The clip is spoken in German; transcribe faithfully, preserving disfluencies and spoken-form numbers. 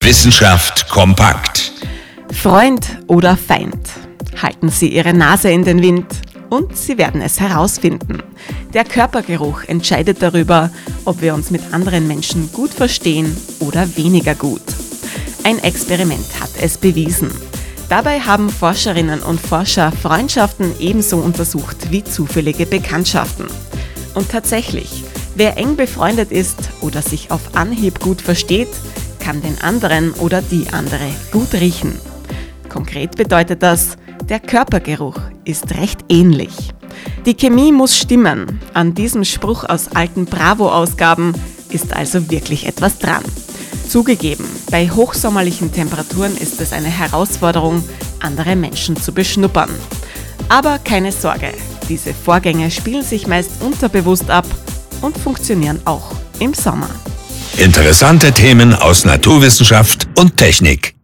Wissenschaft kompakt. Freund oder Feind? Halten Sie Ihre Nase in den Wind und Sie werden es herausfinden. Der Körpergeruch entscheidet darüber, ob wir uns mit anderen Menschen gut verstehen oder weniger gut. Ein Experiment hat es bewiesen. Dabei haben Forscherinnen und Forscher Freundschaften ebenso untersucht wie zufällige Bekanntschaften. Und tatsächlich, wer eng befreundet ist oder sich auf Anhieb gut versteht, kann den anderen oder die andere gut riechen. Konkret bedeutet das, der Körpergeruch ist recht ähnlich. Die Chemie muss stimmen. An diesem Spruch aus alten Bravo-Ausgaben ist also wirklich etwas dran. Zugegeben, bei hochsommerlichen Temperaturen ist es eine Herausforderung, andere Menschen zu beschnuppern. Aber keine Sorge, diese Vorgänge spielen sich meist unterbewusst ab und funktionieren auch im Sommer. Interessante Themen aus Naturwissenschaft und Technik.